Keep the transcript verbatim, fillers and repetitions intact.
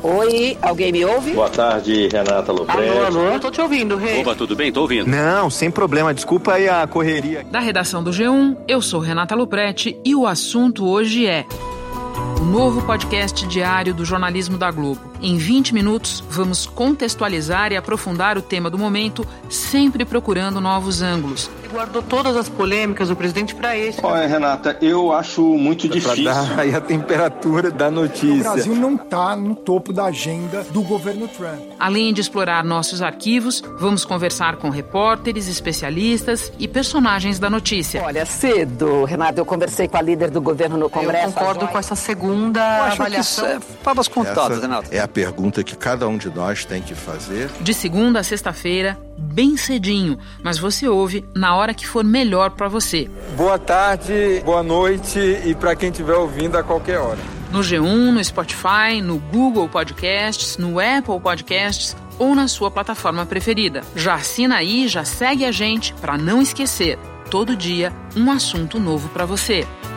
Oi, alguém me ouve? Boa tarde, Renata Lopretti. Alô, alô, eu tô te ouvindo, Rei. Opa, tudo bem? Tô ouvindo. Não, sem problema, desculpa aí a correria. Da redação do G um, eu sou Renata Lopretti e o assunto hoje é o novo podcast diário do jornalismo da Globo. Em vinte minutos, vamos contextualizar e aprofundar o tema do momento, sempre procurando novos ângulos. Ele guardou todas as polêmicas do presidente para esse. Olha, Renata, eu acho muito difícil. Pra dar aí a temperatura da notícia. O Brasil não está no topo da agenda do governo Trump. Além de explorar nossos arquivos, vamos conversar com repórteres, especialistas e personagens da notícia. Olha, cedo, Renato, eu conversei com a líder do governo no Congresso. Eu concordo com essa segunda Eu acho avaliação. que isso é favas contadas, Essa Renato. é a pergunta que cada um de nós tem que fazer. De segunda a sexta-feira, bem cedinho, mas você ouve na hora que for melhor para você. Boa tarde, boa noite e para quem estiver ouvindo a qualquer hora. No G um, no Spotify, no Google Podcasts, no Apple Podcasts ou na sua plataforma preferida. Já assina aí, já segue a gente para não esquecer. Todo dia, um assunto novo para você.